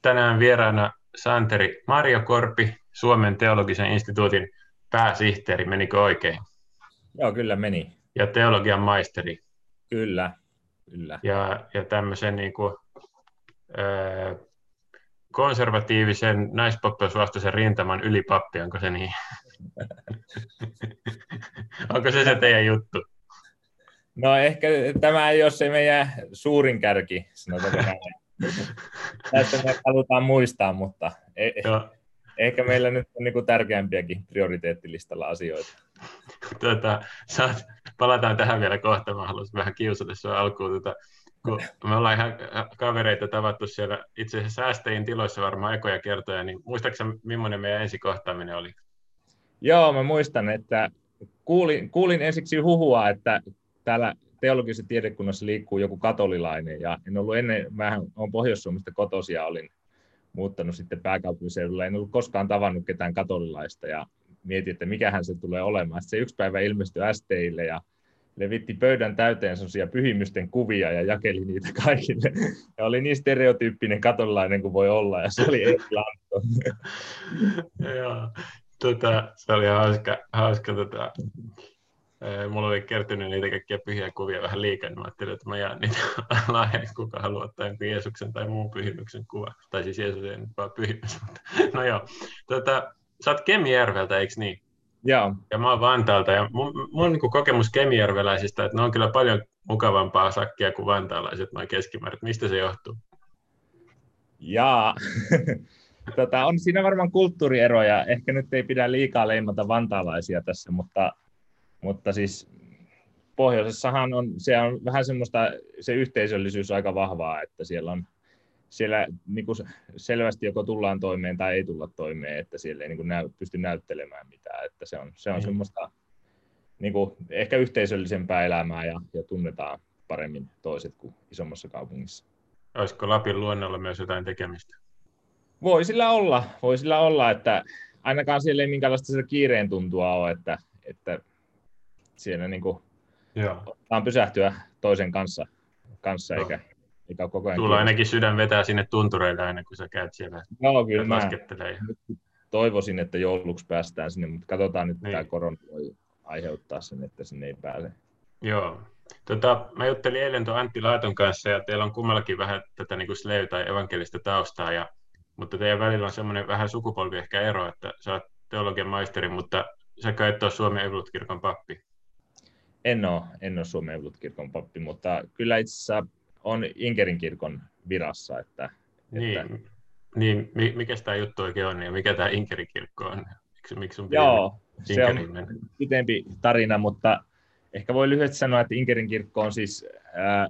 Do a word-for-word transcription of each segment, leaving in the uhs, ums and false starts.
tänään vieraana Santeri Marjokorpi, Suomen teologisen instituutin pääsihteeri, menikö oikein? Joo, kyllä meni. Ja teologian maisteri. Kyllä, kyllä. Ja, ja tämmöisen niin kuin, ö, konservatiivisen naispappeusvastaisen rintaman ylipappi, onko se niin? Onko se se teidän juttu? No ehkä tämä ei ole se meidän suurin kärki, sanotaanko näin. Tästä me halutaan muistaa, mutta eh- ehkä meillä nyt on niin tärkeämpiäkin prioriteettilistalla asioita. Tuota, saat, palataan tähän vielä kohta. Mä haluaisin vähän kiusata sinua alkuun. Tuota, kun me ollaan ihan kavereita tavattu siellä itse asiassa säästäjien tiloissa varmaan ekoja kertoja, niin muistaaksä, millainen meidän ensikohtaaminen oli? Joo, mä muistan, että kuulin, kuulin ensiksi huhua, että täällä teologisessa tiedekunnassa liikkuu joku katolilainen, ja en ollut ennen, vähän olen Pohjois-Suomesta kotoisin ja olin muuttanut sitten pääkaupunkiseudulla, en ollut koskaan tavannut ketään katolilaista, ja mietin, että mikähän se tulee olemaan. Sitten se yksi päivä ilmestyi S T I:lle ja levitti pöydän täyteen sellaisia pyhimysten kuvia ja jakeli niitä kaikille. Ja oli niin stereotyyppinen katolilainen kuin voi olla, ja se oli Erik Lantto. Joo, tota, se oli hauska. hauska tota. Mulla oli kertynyt niitä kaikkia pyhiä kuvia vähän liikaa, niin mä ajattelin, että mä jaan niitä lahjaksi, kuka haluaa ottaa jonkun Jeesuksen tai muun pyhimyksen kuva. Tai siis Jeesus ei nyt vaan pyhimys, mutta no joo. Tota, sä oot Kemijärveltä, eikö niin? Joo. Ja mä oon Vantaalta, ja mun, mun on niin kokemus kemijärveläisistä, että ne on kyllä paljon mukavampaa sakkia kuin vantaalaiset, noin keskimäärin. Mistä se johtuu? Jaa. tota, on siinä varmaan kulttuurieroja. Ehkä nyt ei pidä liikaa leimata vantaalaisia tässä, mutta Mutta siis pohjoisessahan on, se on vähän semmoista, se yhteisöllisyys aika vahvaa, että siellä on siellä niin kuin selvästi joko tullaan toimeen tai ei tulla toimeen, että siellä ei niin kuin näy, pysty näyttelemään mitään, että se on, se on mm. semmoista niin kuin ehkä yhteisöllisempää elämää ja, ja tunnetaan paremmin toiset kuin isommassa kaupungissa. Olisiko Lapin luonnolla myös jotain tekemistä? Voi sillä olla, voi sillä olla, että ainakaan siellä ei minkäänlaista sitä kiireen tuntua ole, että, että siellä niin kuin otetaan pysähtyä toisen kanssa, kanssa no. eikä, eikä koko ajan. Sulla ainakin sydän vetää sinne tuntureille aina, kun sä käyt siellä. Joo, kyllä mä toivoisin, että jouluksi päästään sinne, mutta katsotaan nyt, niin. Tämä korona voi aiheuttaa sen, että sinne ei pääse. Joo. Tota, mä juttelin eilen tuon Antti Laaton kanssa, ja teillä on kummallakin vähän tätä niin kuin slave- tai evankelista taustaa, ja, mutta teidän välillä on semmoinen vähän sukupolvi ehkä ero, että sä oot teologian maisteri, mutta säkö et ole Suomen Evankelisluterilainen pappi. En ole, en ole Suomen Evankelisluterilainen pappi, mutta kyllä itse asiassa on Inkerin kirkon virassa. Että, niin, että... niin, mikä tämä juttu oikein on ja mikä tämä Inkerin kirkko on? Miksi, miksi sun Joo, se on pitempi tarina, mutta ehkä voi lyhyesti sanoa, että Inkerin kirkko on siis ää,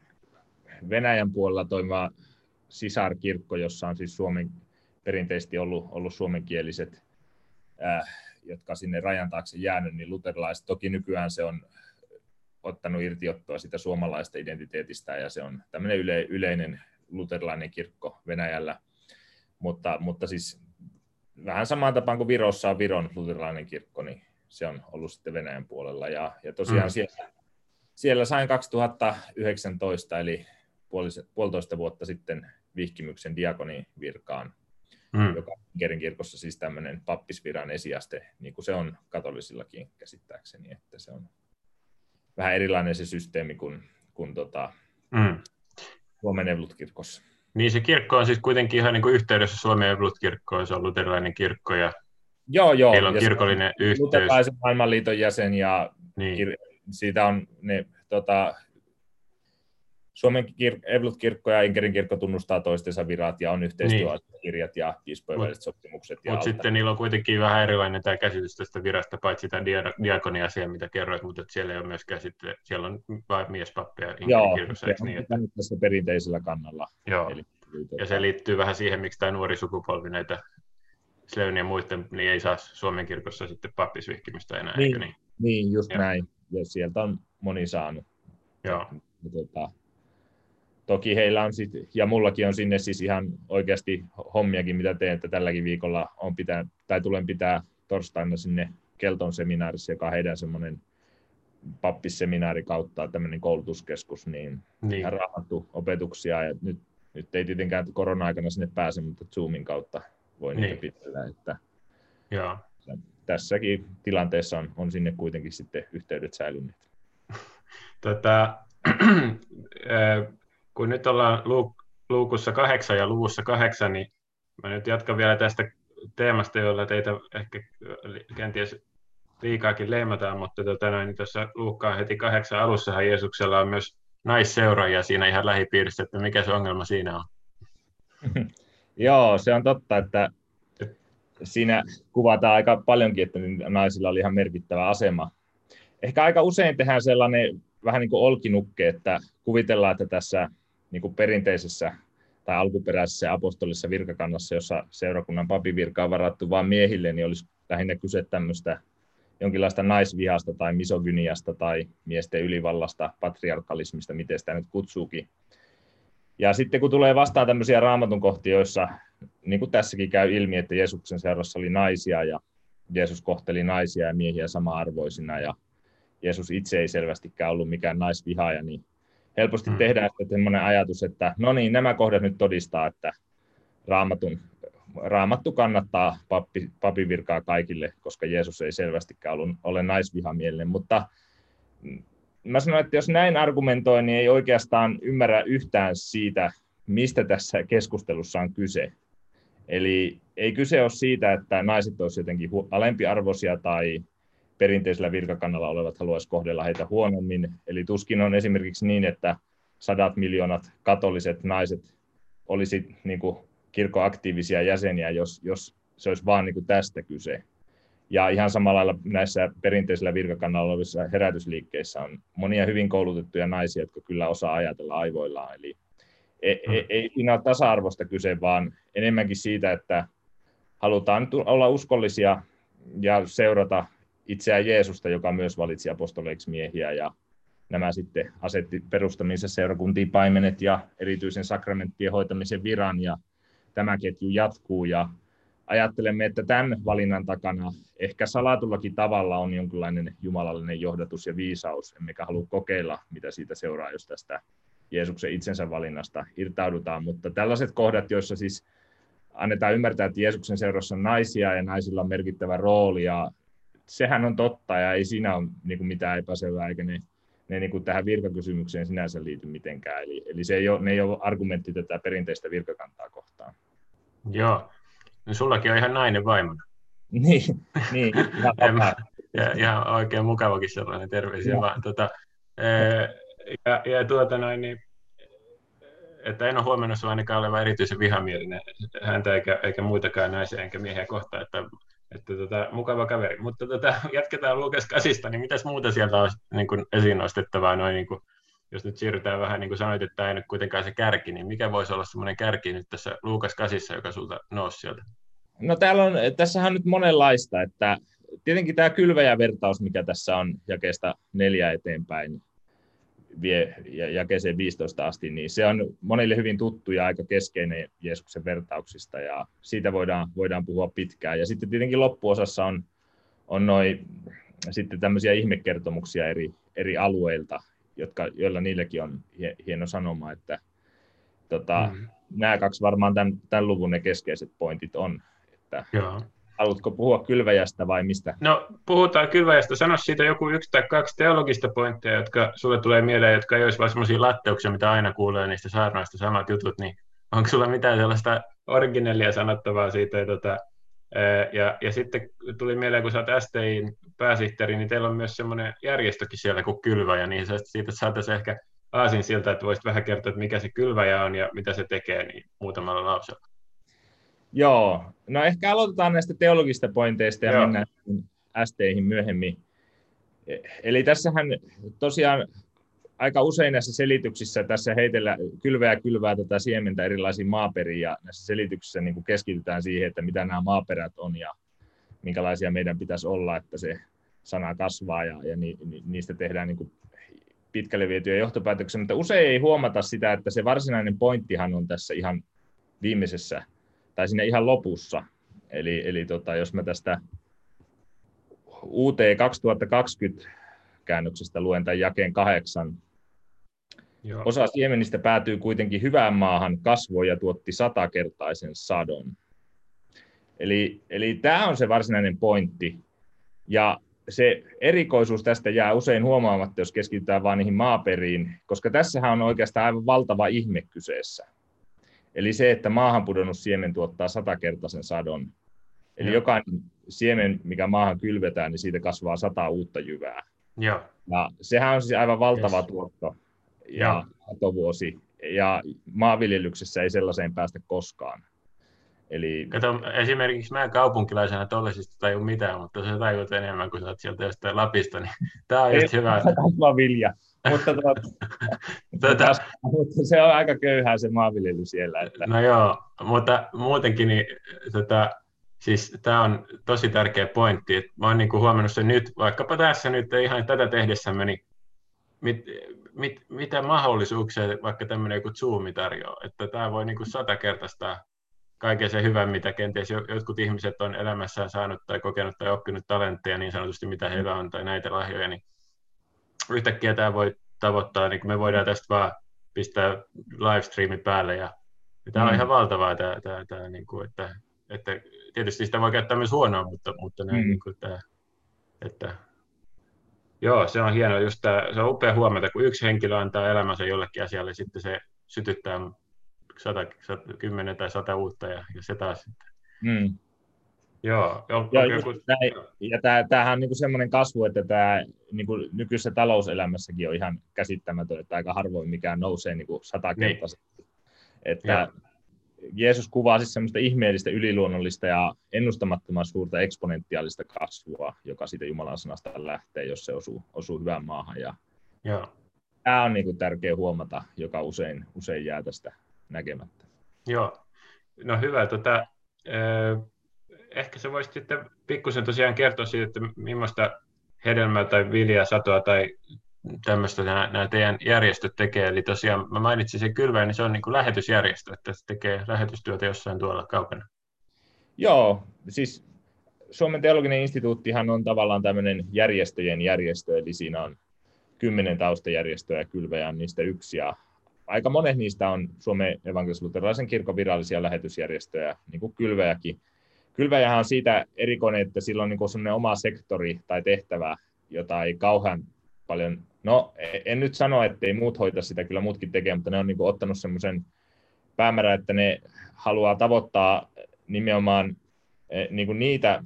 Venäjän puolella toimiva sisarkirkko, jossa on siis Suomen, perinteisesti ollut, ollut suomenkieliset, ää, jotka sinne rajan taakse jäänyt, niin luterilaiset. Toki nykyään se on ottanut irtiottoa sitä suomalaista identiteetistä, ja se on tämmöinen yle, yleinen luterilainen kirkko Venäjällä. Mutta, mutta siis vähän samaan tapaan kuin Virossa on Viron luterilainen kirkko, niin se on ollut sitten Venäjän puolella. Ja, ja tosiaan mm. siellä, siellä sain kaksituhattayhdeksäntoista, eli puolitoista vuotta sitten vihkimyksen diakonin virkaan, mm. joka on Inkerin kirkossa siis tämmöinen pappisviran esiaste, niin kuin se on katolisillakin käsittääkseni, että se on vähän erilainen se systeemi kuin, kuin tota, mm. Suomen Evankelisluterikirkossa. Niin se kirkko on siis kuitenkin ihan niin kuin yhteydessä Suomen Evankelisluterikirkkoon, se on luterilainen kirkko ja joo, joo. Heillä on ja kirkollinen yhteys. Luterilaisen maailmanliiton jäsen ja niin. kir- siitä on ne tota, Suomen kir- Evankelisluterikirkko ja Inkerin kirkko tunnustaa toistensa virat ja on yhteistyökirjat ja piispojen väliset sopimukset. Mutta sitten niillä on kuitenkin vähän erilainen tämä käsitys tästä virasta, paitsi tämä dia- diakonia-asia, mitä kerroit, mutta siellä ei ole myöskään sitten, siellä on vain miespappeja Inkerin kirkossa. Joo, se on niin, tässä perinteisellä kannalla. Joo, eli, ja se liittyy vähän siihen, miksi tämä nuori sukupolvi näitä Sleyn ja muiden, niin ei saa Suomen kirkossa sitten pappisvihkimystä enää, niin, eikö niin? Niin, just Joo. näin. Ja sieltä on moni saanut. Joo. Ja, tota, toki heillä on sit, ja mullakin on sinne siis ihan oikeasti hommiakin, mitä teen, että tälläkin viikolla on pitää, tai tulen pitää torstaina sinne Kelton seminaarissa, joka on heidän semmoinen pappisseminaari kautta tämmöinen koulutuskeskus, niin, niin. ihan raamattu opetuksia, ja nyt nyt ei tietenkään korona-aikana sinne pääse, mutta Zoomin kautta voi niitä Niin. pitää. Että Joo. tässäkin tilanteessa on, on sinne kuitenkin sitten yhteydet säilyneet. Tota, kun nyt ollaan luukussa kahdeksan ja luvussa kahdeksan, niin mä nyt jatkan vielä tästä teemasta, jolla teitä ehkä kenties liikaakin leimataan, mutta tota noin, tuossa Luukkaan heti kahdeksan alussahan Jeesuksella on myös naisseuraajia siinä ihan lähipiirissä, että mikä se ongelma siinä on? Joo, se on totta, että siinä kuvataan aika paljonkin, että naisilla oli ihan merkittävä asema. Ehkä aika usein tehdään sellainen vähän niin kuin olkinukke, että kuvitellaan, että tässä niin kuin perinteisessä tai alkuperäisessä apostolisessa virkakannassa, jossa seurakunnan papivirka on varattu vain miehille, niin olisi lähinnä kyse tämmöistä jonkinlaista naisvihasta tai misogyniasta tai miesten ylivallasta, patriarkalismista, miten sitä nyt kutsuukin. Ja sitten kun tulee vastaan tämmöisiä raamatun kohtia, joissa niin kuin tässäkin käy ilmi, että Jeesuksen seurassa oli naisia ja Jeesus kohteli naisia ja miehiä sama-arvoisina ja Jeesus itse ei selvästikään ollut mikään naisvihaaja, niin helposti tehdään sellainen ajatus, että no niin, nämä kohdat nyt todistaa, että raamatun, raamattu kannattaa pappi, papivirkaa kaikille, koska Jeesus ei selvästikään ollut, ole naisvihamielinen, mutta mä sanon, että jos näin argumentoi, niin ei oikeastaan ymmärrä yhtään siitä, mistä tässä keskustelussa on kyse. Eli ei kyse ole siitä, että naiset olisivat jotenkin alempiarvoisia tai perinteisellä virkakannalla olevat haluaisi kohdella heitä huonommin. Eli tuskin on esimerkiksi niin, että sadat miljoonat katoliset naiset olisi niin kuin kirkon aktiivisia jäseniä, jos, jos se olisi vaan niin kuin tästä kyse. Ja ihan samalla lailla näissä perinteisillä virkakannalla olevissa herätysliikkeissä on monia hyvin koulutettuja naisia, jotka kyllä osaa ajatella aivoillaan. Eli ei, ei, ei siinä ole tasa-arvosta kyse, vaan enemmänkin siitä, että halutaan olla uskollisia ja seurata itseään Jeesusta, joka myös valitsi apostoleiksi miehiä, ja nämä sitten asetti perustamiinsa seurakuntiin paimenet ja erityisen sakramenttien hoitamisen viran, ja tämä ketju jatkuu, ja ajattelemme, että tämän valinnan takana ehkä salatullakin tavalla on jonkinlainen jumalallinen johdatus ja viisaus, emmekä halua kokeilla, mitä siitä seuraa, jos tästä Jeesuksen itsensä valinnasta irtaudutaan, mutta tällaiset kohdat, joissa siis annetaan ymmärtää, että Jeesuksen seurassa on naisia ja naisilla on merkittävä rooli, ja sehän on totta, ja ei siinä ole niin kuin mitään epäselvää, eikä ne, ne niin kuin tähän virkakysymykseen sinänsä liity mitenkään. Eli, eli se ei ole, ne ei ole argumentti tätä perinteistä virkakantaa kohtaan. Joo, no sullakin on ihan nainen vaimona. niin, niin ihan, ja, ihan oikein mukavakin sellainen, terveisiä no. vaan. Tota, ja, ja tuota noin, niin, että en ole huomannut sinua ainakaan olevan erityisen vihamielinen häntä eikä, eikä muitakaan naisia enkä miehiä kohtaan, että Että tota, mukava kaveri. Mutta tota, jatketaan Luukas kasista, niin mitäs muuta sieltä olisi niin kuin esiin nostettavaa, noin, niin kuin, jos nyt siirrytään vähän, niin kuin sanoit, että tämä ei nyt kuitenkaan se kärki, niin mikä voisi olla semmoinen kärki nyt tässä Luukas kasissa, joka sulta nousi sieltä? No täällä on, tässähän on nyt monenlaista, että tietenkin tämä kylväjävertaus, mikä tässä on jakeesta neljä eteenpäin, vie jakeeseen viisitoista asti, niin se on monille hyvin tuttu ja aika keskeinen Jeesuksen vertauksista, ja siitä voidaan, voidaan puhua pitkään. Ja sitten tietenkin loppuosassa on, on noi, sitten tämmöisiä ihmekertomuksia eri, eri alueilta, jotka, joilla niilläkin on hieno sanoma, että tota, mm. nämä kaksi varmaan tämän, tämän luvun ne keskeiset pointit on. Että Joo. Haluatko puhua kylväjästä vai mistä? No, puhutaan kylväjästä. Sano siitä joku yksi tai kaksi teologista pointteja, jotka sulle tulee mieleen, jotka ei olisi vain sellaisia latteuksia, mitä aina kuulee niistä saarnoista, samat jutut, niin onko sulla mitään sellaista originellia sanottavaa siitä? Ja, tota, ja, ja sitten tuli mieleen, kun sä oot S T I:n pääsihteeri, niin teillä on myös semmoinen järjestökin siellä kuin Kylväjä, niin siitä saataisiin ehkä aasin siltä, että voisit vähän kertoa, että mikä se Kylväjä on ja mitä se tekee, niin muutamalla lauseella. Joo, no ehkä aloitetaan näistä teologisista pointeista ja Joo. mennään S T I:hin myöhemmin. Eli tässähän tosiaan aika usein näissä selityksissä tässä heitellä kylvää kylvää tätä siementä erilaisiin maaperiin, ja näissä selityksissä niin kuin keskitytään siihen, että mitä nämä maaperät on ja minkälaisia meidän pitäisi olla, että se sana kasvaa, ja, ja ni, ni, niistä tehdään niin kuin pitkälle vietyjä johtopäätöksiä, mutta usein ei huomata sitä, että se varsinainen pointtihan on tässä ihan viimeisessä tai siinä ihan lopussa. Eli, eli tota, jos mä tästä U T kaksituhattakaksikymmentä käännöksestä luen tämän jakeen kahdeksan, Joo. Osa siemenistä päätyi kuitenkin hyvään maahan, kasvoi ja tuotti satakertaisen sadon. Eli, eli tämä on se varsinainen pointti. Ja se erikoisuus tästä jää usein huomaamatta, jos keskitytään vain niihin maaperiin, koska tässähän on oikeastaan aivan valtava ihme kyseessä. Eli se, että maahan pudonnut siemen tuottaa satakertaisen sadon. Eli Joo. jokainen siemen, mikä maahan kylvetään, niin siitä kasvaa sata uutta jyvää. Joo. Ja sehän on siis aivan valtava yes. tuotto ja satovuosi. Ja maanviljelyksessä ei sellaiseen päästä koskaan. Eli... Kato, esimerkiksi mä kaupunkilaisena tollisista tajun mitään, mutta sä tajut enemmän, kun sä oot sieltä jostain Lapista, niin tää on just hyvä. Kasvaa vilja, mutta, tuota, tota... mutta se on aika köyhää se maanviljely siellä. Että... No joo, mutta muutenkin niin, tota, siis tää on tosi tärkeä pointti, että mä oon niinku huomannut sen nyt, vaikkapa tässä nyt ihan tätä tehdessämme, niin mit, mit, mitä mahdollisuuksia vaikka tämmöinen joku Zoom tarjoaa, että tää voi niinku satakertaistaa kaiken sen hyvän, mitä kenties jotkut ihmiset on elämässään saanut tai kokenut tai oppinut talentteja niin sanotusti, mitä heillä on, tai näitä lahjoja, niin yhtäkkiä tämä voi tavoittaa, niin me voidaan tästä vaan pistää livestreami päälle, ja, ja tämä on mm. ihan valtavaa, tämä, tämä, tämä, niin kuin, että, että tietysti sitä voi käyttää myös huonoa, mutta, mutta näin, mm. niin kuin, tämä, että joo, se on hienoa, just tämä, se on upea huomata, kun yksi henkilö antaa elämänsä jollekin asialle, sitten se sytyttää sata, sata, kymmenen tai sata uutta, ja, ja se taas sitten. Mm. Joo, Joo joku... näin, ja tämä, tämähän on niinku semmoinen kasvu, että tämä niinku nykyisessä talouselämässäkin on ihan käsittämätön, että aika harvoin mikään nousee niinku satakertaisesti. Niin. Että Joo. Jeesus kuvaa siis semmoista ihmeellistä, yliluonnollista ja ennustamattoman suurta eksponentiaalista kasvua, joka siitä Jumalan sanasta lähtee, jos se osuu, osuu hyvään maahan. Ja Joo. Tämä on niinku tärkeä huomata, joka usein, usein jää tästä näkemättä. Joo, no hyvä. Tota, äh, ehkä sä voisit sitten pikkusen tosiaan kertoa siitä, että millaista hedelmää tai viljaa, satoa tai tämmöistä nämä, nämä teidän järjestöt tekee. Eli tosiaan mä mainitsin sen kylväjän, niin se on niin kuin lähetysjärjestö, että se tekee lähetystyötä jossain tuolla kaukana. Joo, siis Suomen teologinen instituuttihan on tavallaan tämmöinen järjestöjen järjestö, eli siinä on kymmenen taustajärjestöä ja kylväjä on niistä yksi. Ja aika monet niistä on Suomen evankelis-luterilaisen kirkon virallisia lähetysjärjestöjä, niin kuin kylväjäkin. Kylväjähän on siitä erikoinen, että sillä on niin kuin sellainen oma sektori tai tehtävä, jota ei kauhean paljon, no en nyt sano, että ei muut hoita sitä, kyllä muutkin tekee, mutta ne on niin kuin ottanut semmoisen päämäärän, että ne haluaa tavoittaa nimenomaan niin kuin niitä,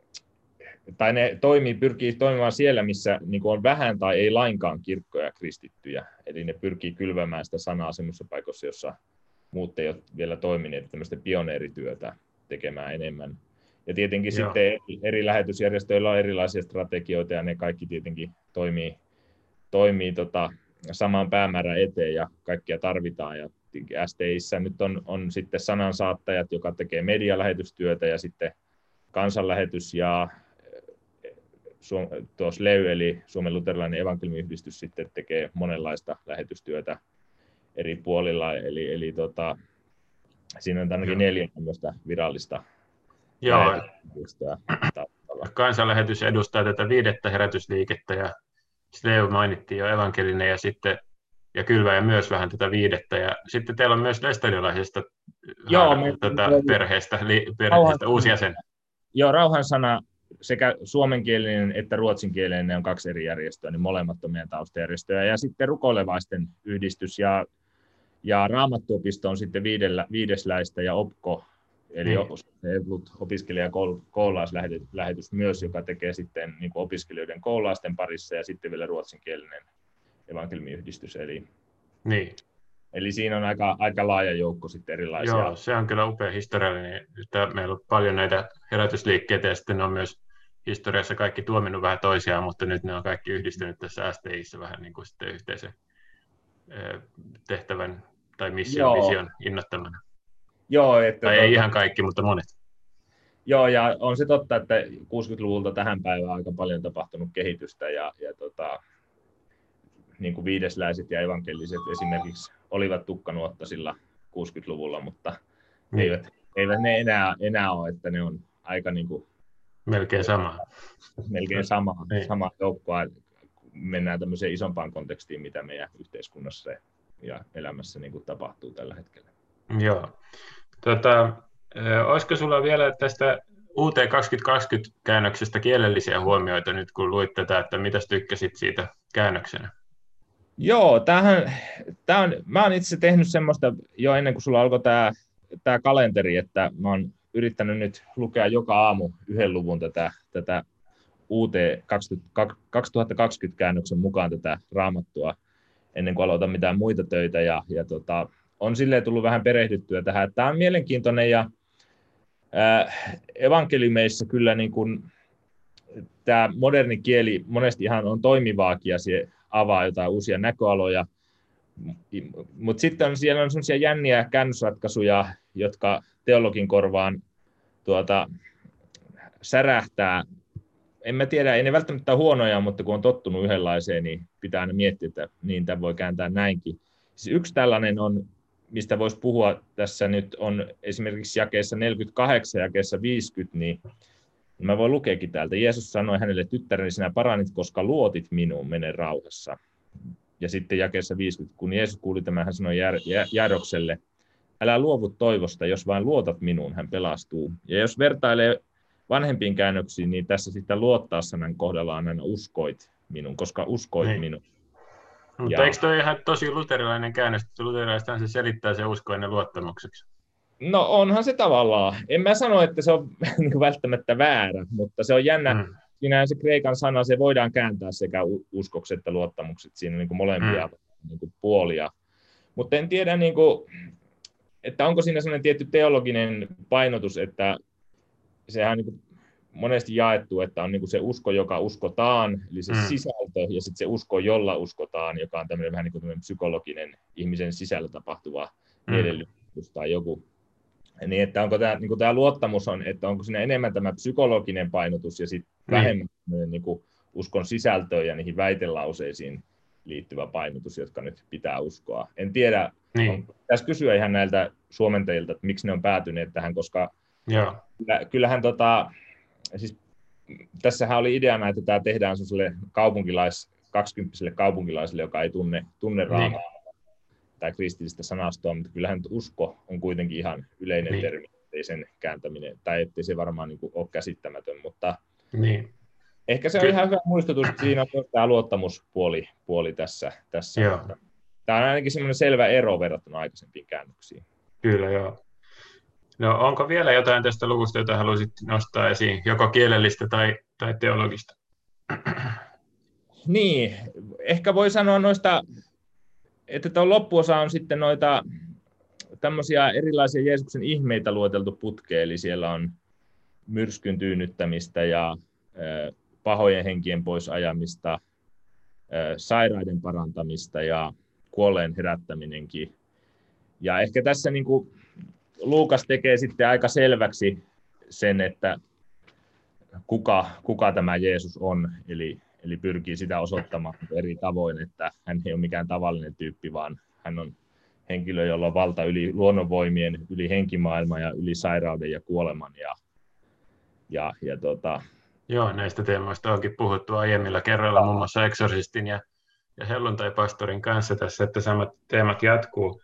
tai ne toimii, pyrkii toimimaan siellä, missä niin kuin on vähän tai ei lainkaan kirkkoja kristittyjä. Eli ne pyrkii kylvämään sitä sanaa semmoisessa paikassa, jossa muut ei ole vielä toimineet, tämmöistä pioneerityötä tekemään enemmän. Ja tietenkin Joo. sitten eri lähetysjärjestöillä on erilaisia strategioita, ja ne kaikki tietenkin toimii, toimii tota, saman päämäärän eteen, ja kaikkia tarvitaan. Ja S T I:ssä nyt on, on sitten sanansaattajat, joka tekee medialähetystyötä, ja sitten kansanlähetys ja tuo S L E Y, eli Suomen luterilainen evankeliumiyhdistys, sitten tekee monenlaista lähetystyötä eri puolilla, eli, eli tota, siinä on ainakin neljä tämmöistä virallista Joo. Kansanlähetys edustaa tätä viidettä herätysliikettä, ja S L E Y mainittiin jo evankelinen, ja sitten ja kylväjä myös vähän tätä viidettä, ja sitten teillä on myös lestadiolaisesta tätä perheestä, li, perheestä uusi jäsen. Joo, Rauhansana sekä suomenkielinen että ruotsinkielinen, ne on kaksi eri järjestöä, niin molemmat on meidän taustajärjestöjä. Ja sitten rukoilevaisten yhdistys ja, ja Raamattuopisto on sitten viidellä, viidesläistä ja O P K O, eli mm. opiskelijakoulauslähetys myös, joka tekee sitten niin kuin opiskelijoiden koululaisten parissa, ja sitten vielä ruotsinkielinen evankeliumiyhdistys. Eli, niin. eli siinä on aika, aika laaja joukko sitten erilaisia. Joo, se on kyllä upea historiallinen. Meillä on paljon näitä herätysliikkeitä, ja sitten ne on myös historiassa kaikki tuominut vähän toisiaan, mutta nyt ne on kaikki yhdistynyt tässä S T I:ssä vähän niin kuin sitten yhteisen tehtävän tai mission, Joo. vision innottamana. Joo, että tai tuota, ei ihan kaikki, mutta monet. Joo, ja on se totta, että kuusikymmentäluvulta tähän päivään on aika paljon tapahtunut kehitystä, ja, ja tota, niin kuin viidesläiset ja evankeliset esimerkiksi olivat tukkanuottasilla kuusikymmentäluvulla, mutta mm. eivät, eivät ne enää, enää ole, että ne on aika niin kuin, melkein sama. Melkein sama, sama joukkoa, mennään tämmöiseen isompaan kontekstiin, mitä meidän yhteiskunnassa ja elämässä niin kuin tapahtuu tällä hetkellä. Joo. Tota, olisiko sulla vielä tästä U T kaksituhattakaksikymmentä-käännöksestä kielellisiä huomioita nyt, kun luit tätä, että mitä tykkäsit siitä käännöksenä? Joo, tämähän, tämä on, mä oon itse tehnyt semmoista jo ennen kuin sulla alkoi tämä, tämä kalenteri, että mä oon yrittänyt nyt lukea joka aamu yhden luvun tätä, tätä U T kaksituhattakaksikymmentä-käännöksen mukaan tätä raamattua ennen kuin aloitan mitään muita töitä. Ja, ja tota, on silleen tullut vähän perehdyttyä tähän. Tämä on mielenkiintoinen ja ää, evankeliumeissa kyllä niin kuin, tämä moderni kieli monesti ihan on toimivaakin ja se avaa jotain uusia näköaloja. Mutta sitten on, siellä on sellaisia jänniä käännösratkaisuja, jotka teologin korvaan tuota, särähtää. En mä tiedä, ei ne välttämättä huonoja, mutta kun on tottunut yhdenlaiseen, niin pitää aina miettiä, että niin tämän voi kääntää näinkin. Siis yksi tällainen on, mistä voisi puhua tässä nyt, on esimerkiksi jakeessa neljäkymmentäkahdeksan ja jakeessa viisikymmentä, niin mä voin lukeakin täältä. Jeesus sanoi hänelle, tyttäreni, sinä paranit, koska luotit minuun, mene rauhassa. Ja sitten jakeessa viisikymmentä, kun Jeesus kuuli tämän, hän sanoi Jairokselle, älä luovu toivosta, jos vain luotat minuun, hän pelastuu. Ja jos vertailee vanhempiin käännöksiin, niin tässä sitten luottaa sanan kohdalla on aina uskoit minun, koska uskoit niin. minun. Mutta ja eikö toi ihan tosi luterilainen käännös, että luterilaistahan se selittää se usko ennen luottamukseksi? No onhan se tavallaan. En mä sano, että se on niin välttämättä väärä, mutta se on jännä. Mm. Siinähän se kreikan sana, se voidaan kääntää sekä uskokset että luottamukset. Siinä on niin kuin molempia mm. niin kuin puolia. Mutta en tiedä, niin kuin, että onko siinä sellainen tietty teologinen painotus, että sehän on niin kuin monesti jaettu, että on niin kuin se usko, joka uskotaan, eli se mm. sisältö, ja sitten se usko, jolla uskotaan, joka on tämmöinen vähän niin kuin psykologinen ihmisen sisällä tapahtuva mm. edellytys tai joku. Niin, että onko tämä, niin kuin tämä luottamus on, että onko siinä enemmän tämä psykologinen painotus ja sitten mm. vähemmän niin kuin uskon sisältöön ja niihin väitelauseisiin liittyvä painotus, jotka nyt pitää uskoa. En tiedä, niin. on, tässä kysyä ihan näiltä suomentajilta, että miksi ne on päätyneet tähän, koska Joo. kyllähän tota, siis tässähän oli ideana, että tämä tehdään sellaiselle kaupunkilais, kaksikymppiselle kaupunkilaiselle, joka ei tunne, tunne raamattua niin. tai kristillistä sanastoa, mutta kyllähän usko on kuitenkin ihan yleinen niin. termi, ettei sen kääntäminen, tai ettei se varmaan niin kuin ole käsittämätön, mutta niin. ehkä se on Ky- ihan hyvä muistutus, että siinä on tämä luottamuspuoli puoli tässä. tässä. Tämä on ainakin semmoinen selvä ero verrattuna aikaisempiin käännöksiin. Kyllä, joo. No onko vielä jotain tästä luvusta, jota haluaisit nostaa esiin, joko kielellistä tai, tai teologista? Niin, ehkä voi sanoa noista, että tuo loppuosa on sitten noita tämmöisiä erilaisia Jeesuksen ihmeitä lueteltu putkeen, eli siellä on myrskyn tyynnyttämistä ja pahojen henkien pois ajamista, sairaiden parantamista ja kuolleen herättäminenkin. Ja ehkä tässä niin kuin Luukas tekee sitten aika selväksi sen, että kuka, kuka tämä Jeesus on, eli, eli pyrkii sitä osoittamaan eri tavoin, että hän ei ole mikään tavallinen tyyppi, vaan hän on henkilö, jolla on valta yli luonnonvoimien, yli henkimaailman ja yli sairauden ja kuoleman. Ja, ja, ja tota... Joo, näistä teemoista onkin puhuttu aiemmilla kerralla, muun muassa Exorcistin ja, ja Helluntai-pastorin kanssa tässä, että samat teemat jatkuu.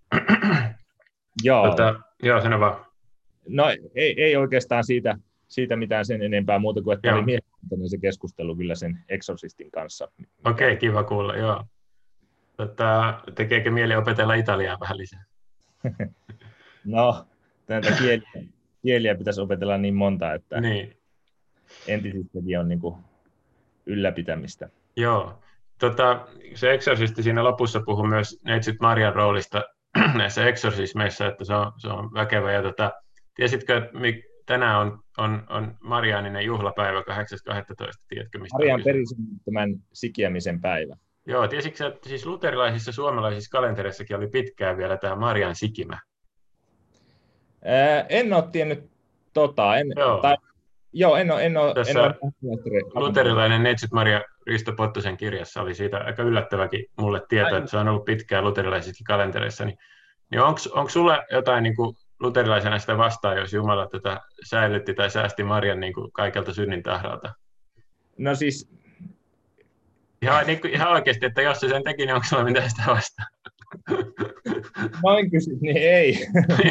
Joo. Tota, joo, sano vaan. No ei, ei oikeastaan siitä, siitä mitään sen enempää muuta kuin, että joo. oli mielenkiintoinen se keskustelu kyllä sen Exorcistin kanssa. Okei, okay, kiva kuulla, joo. Tota, tekeekö mieli opetella italiaa vähän lisää? No, näitä kieliä, kieliä pitäisi opetella niin monta, että niin. entisistäkin on niin kuin ylläpitämistä. Joo. Tota, se Exorcisti siinä lopussa puhui myös neitsyt Marian roolista näissä eksorsismeissa, että se on, se on väkevä. Ja tota, tiesitkö, että tänään on, on, on Marianinen juhlapäivä kahdeksas toista Tiedätkö, mistä Marian perisynnyttämän sikiämisen päivä. Joo, tiesitkö, että siis luterilaisissa suomalaisissa kalentereissakin oli pitkään vielä tämä Marian sikimä? Ää, en ole tiennyt tota. En, joo. Tai, joo, en ole. En ole, Tässä en ole luterilainen neitsyt Maria Risto Pottosen kirjassa oli siitä aika yllättäväkin mulle tieto, että se on ollut pitkään luterilaisissa kalentereissa. Niin, niin onko sulla jotain niin kuin luterilaisena sitä vastaan, jos Jumala tätä säilytti tai säästi Marian niin kuin kaikelta synnin tahdalta? No siis... Ihan, niin kuin, ihan oikeasti, että jos se sen teki, niin onko sulla mitään sitä vastaan? Noin kysyt, niin ei.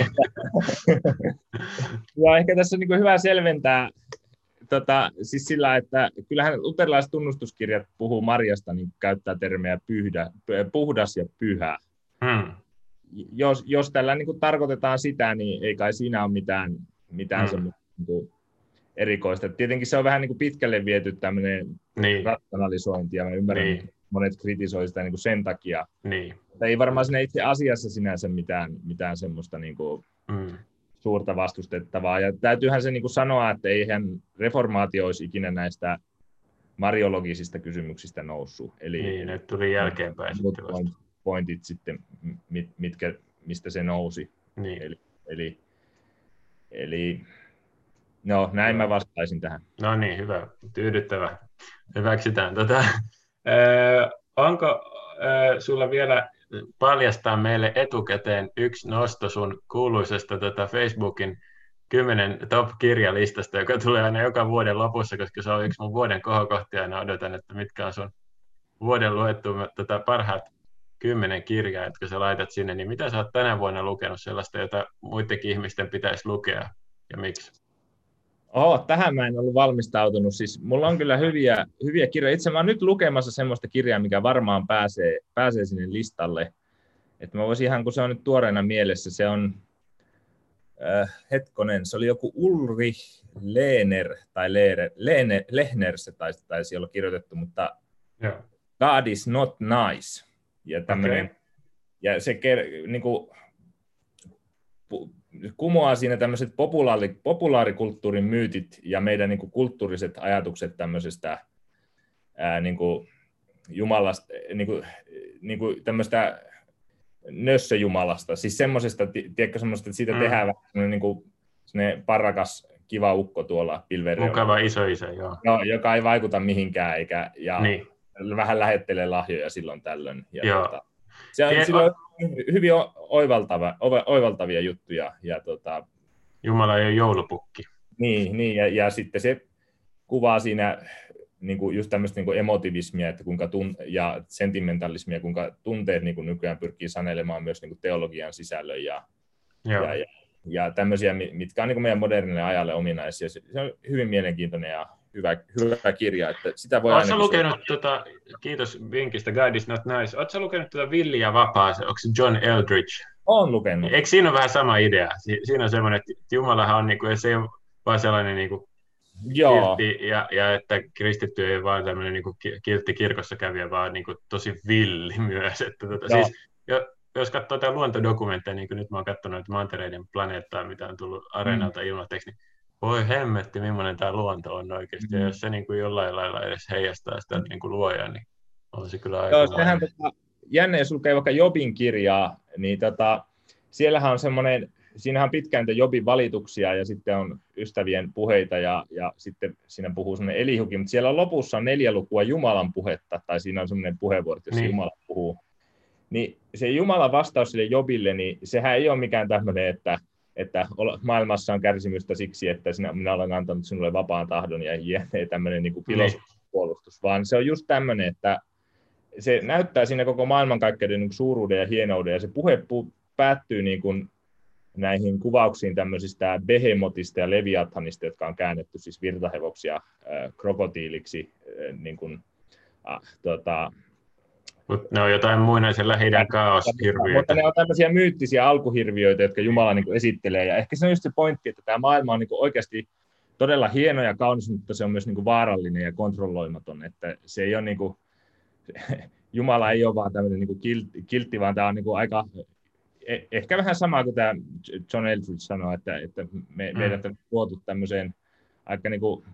Ja ehkä tässä on niin kuin hyvä selventää, tota, siis sillä, että kyllähän luterilaiset tunnustuskirjat puhuu Marjasta, niin käyttää termejä pyhdä, puhdas ja pyhä. Hmm. Jos, jos tällä niin kuin tarkoitetaan sitä, niin ei kai siinä ole mitään, mitään Hmm. semmoista niin kuin erikoista. Tietenkin se on vähän niin kuin pitkälle viety tämmöinen Niin. rationalisointi, ja mä ymmärrän, Niin. että monet kritisoi sitä niin kuin sen takia. Niin. Ei varmaan siinä itse asiassa sinänsä mitään, mitään semmoista niin kuin Hmm. suurta vastustettavaa. Ja täytyyhän se niin kuin sanoa, että eihän reformaatio olisi ikinä näistä mariologisista kysymyksistä noussut. Eli Niin, ne tuli jälkeenpäin sitten point, pointit sitten, mit, mitkä, mistä se nousi. Niin. Eli, eli, eli no, näin no. mä vastaisin tähän. No niin, hyvä. Tyydyttävä. Hyväksytään. Tota, äh, onko äh, sulla vielä paljastaa meille etukäteen yksi nosto sun kuuluisesta tota Facebookin kymmenen top-kirjalistasta, joka tulee aina joka vuoden lopussa, koska se on yksi mun vuoden kohokohtia, aina odotan, että mitkä on sun vuoden luettu tota, parhaat kymmenen kirjaa, jotka sä laitat sinne, niin mitä sä oot tänä vuonna lukenut sellaista, jota muidenkin ihmisten pitäisi lukea, ja miksi? Oho, tähän mä en ollut valmistautunut. Siis mulla on kyllä hyviä, hyviä kirjoja. Itse mä oon nyt lukemassa semmoista kirjaa, mikä varmaan pääsee, pääsee sinne listalle. Että mä voisin ihan, kun se on nyt tuoreena mielessä, se on, äh, hetkonen, se oli joku Ulrich Lehner, tai Lehner, Lehner, Lehner se taisi, taisi olla kirjoitettu, mutta yeah. God is not nice. Ja tämmöinen, okay. Ja se niin kuin, kumoaa siinä tämmöiset populaari, populaarikulttuurin myytit ja meidän niin kuin, kulttuuriset ajatukset tämmöisestä ää, niin kuin, jumalasta, niin kuin, niin kuin, tämmöistä nössöjumalasta, siis semmoisesta, tiedätkö semmoista, että siitä mm. tehdään vähän niin kuin parrakas kiva ukko tuolla pilvenreunalla. Mukava isoisä, joo. No, joka ei vaikuta mihinkään, eikä, ja niin. vähän lähettelee lahjoja silloin tällöin. Ja joo. Tota, se on, Tie- on hyvin oivaltava, oivaltavia juttuja. Ja tota, Jumala ei ole joulupukki. Niin, niin ja, ja sitten se kuvaa siinä niin kuin just tämmöistä niin kuin emotivismia että kuinka tun- ja sentimentalismia, kuinka tunteet niin kuin nykyään pyrkii sanelemaan myös niin kuin teologian sisällön ja, ja, ja, ja tämmöisiä, mitkä on niin kuin meidän modernille ajalle ominaisia. Se on hyvin mielenkiintoinen ja hyvä, hyvä kirja. Että sitä voi Oletko lukenut, se... tota, kiitos vinkistä, God is not nice, oletko lukenut tuota Villi ja vapaa, onko se John Eldridge? Olen lukenut. Eikö siinä ole vähän sama idea? Si- siinä on semmoinen, että Jumalahan on, niin kuin, se ei ole vaan sellainen niin kuin kiltti, ja, ja että kristitty ei ole vaan tämmöinen niin kuin kiltti kirkossa kävijä, vaan niin kuin tosi villi myös. Että, tota, siis, jo, jos katsoo jotain luontodokumentteja, niin kuin nyt mä oon katsonut että Mantereiden planeettaa, mitä on tullut Areenalta mm. ilmatteeksi, niin voi hemmetti, millainen tämä luonto on oikeasti. Mm. Ja jos se niin kuin jollain lailla edes heijastaa sitä niin kuin luojaa, niin on se kyllä aika. Joo, sehän tota, jännä, jos lukee vaikka Jobin kirjaa, niin tota, siellähän on semmoinen, siinähän on pitkään niitä Jobin valituksia ja sitten on ystävien puheita ja, ja sitten siinä puhuu semmoinen Elihukin, mutta siellä on lopussa on neljä lukua Jumalan puhetta, tai siinä on semmoinen puheenvuoro, jossa niin. Jumala puhuu. Niin se Jumalan vastaus sille Jobille, niin sehän ei ole mikään tämmöinen, että että maailmassa on kärsimystä siksi, että sinä, minä olen antanut sinulle vapaan tahdon ja jne. Tämmöinen niin kuin filosofipuolustus, vaan se on just tämmöinen, että se näyttää siinä koko maailmankaikkeuden niin suuruuden ja hienouden, ja se puhe päättyy niin kuin näihin kuvauksiin tämmöisistä behemotista ja leviathanista, jotka on käännetty siis virtahevoksia äh, krokotiiliksi. Äh, niin kuin, äh, tota, Mutta ne on jotain muinaisen Lähi-idän kaoshirviöitä. Mutta ne on tämmöisiä myyttisiä alkuhirviöitä, jotka Jumala niin kuin esittelee. Ja ehkä se on just se pointti, että tämä maailma on niin kuin oikeasti todella hieno ja kaunis, mutta se on myös niin kuin vaarallinen ja kontrolloimaton. Että se ei ole niin kuin, Jumala ei ole vaan tämmöinen niin kuin kiltti, kiltti, vaan tämä on niin kuin aika, ehkä vähän sama kuin tämä John Eldridge sanoi, että, että me, mm. meidät on tuotu tämmöiseen aika niin kuin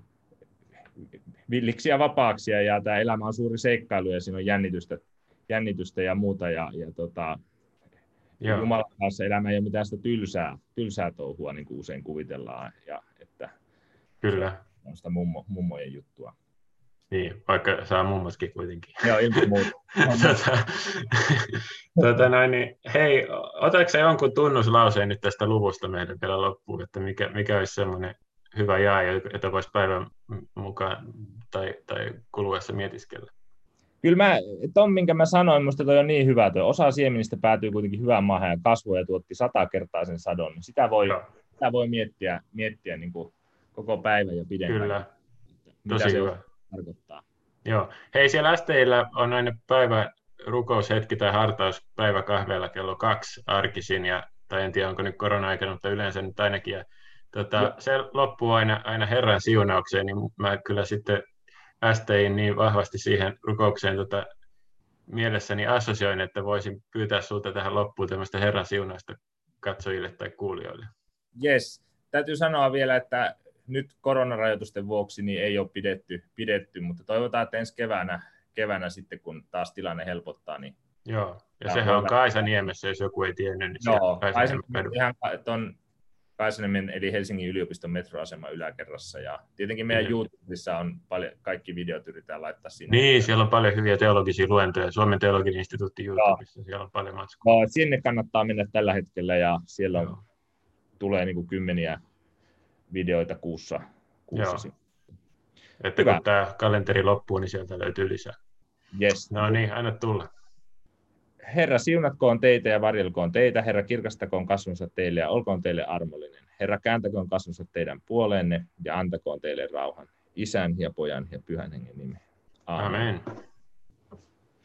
villiksi ja vapaaksi, ja tämä elämä on suuri seikkailu, ja siinä on jännitystä, jännitystä ja muuta, ja, ja tota, Jumalan kanssa elämä ei ole mitään sitä tylsää, tylsää touhua, niin kuin usein kuvitellaan, ja että kyllä. On sitä mummo, mummojen juttua. Niin, vaikka saa mummoskin kuitenkin. Joo, ilman muuta. tota, tota noin, niin, hei, otatko sä jonkun tunnuslauseen nyt tästä luvusta meidän vielä loppuun, että mikä, mikä olisi semmoinen hyvä jaa, jota voisi päivän mukaan tai, tai kuluessa mietiskellä? Kyllä mä, ton minkä mä sanoin, musta toi on niin hyvä, että osa siemenistä päätyy kuitenkin hyvään maahan ja kasvoi ja tuotti sata kertaa sen sadon. Niin sitä voi, sitä voi miettiä, miettiä niin kuin koko päivän ja pidempään. Kyllä, mitä tosi se hyvä. tarkoittaa. Joo. Hei, siellä S T:llä on aina päivä rukoushetki tai hartaus päiväkahveella kello kaksi arkisin, ja, tai en tiedä onko nyt korona-aikana, mutta yleensä nyt ainakin. Ja, tota, se loppuu aina, aina Herran siunaukseen, niin mä kyllä sitten S T:in niin vahvasti siihen rukoukseen tota, mielessäni assosioin, että voisin pyytää sulta tähän loppuun tämmöistä Herran siunausta katsojille tai kuulijoille. Jes, täytyy sanoa vielä, että nyt koronarajoitusten vuoksi niin ei ole pidetty, pidetty, mutta toivotaan, että ensi keväänä, keväänä sitten, kun taas tilanne helpottaa. Niin joo, ja sehän on Kaisaniemessä, jos joku ei tiennyt. Niin joo, Kaisaniemen, ihan ton Kaisaniemen eli Helsingin yliopiston metroaseman yläkerrassa. Ja tietenkin meidän mm-hmm. YouTubessa on paljon, kaikki videot yritetään laittaa sinne. Niin, siellä on paljon hyviä teologisia luentoja. Suomen teologinen instituutti YouTubessa, joo. Siellä on paljon matskua. No, sinne kannattaa mennä tällä hetkellä, ja siellä on, tulee niin kuin kymmeniä videoita kuussa. kuussa että Hyvä. Kun tämä kalenteri loppuu, niin sieltä löytyy lisää. Yes. No niin, anna tulla. Herra, siunatkoon teitä ja varjelkoon teitä. Herra, kirkastakoon kasvonsa teille ja olkoon teille armollinen. Herra, kääntäköön kasvonsa teidän puoleenne ja antakoon teille rauhan. Isän ja Pojan ja Pyhän Hengen nimeen. Amen. Amen.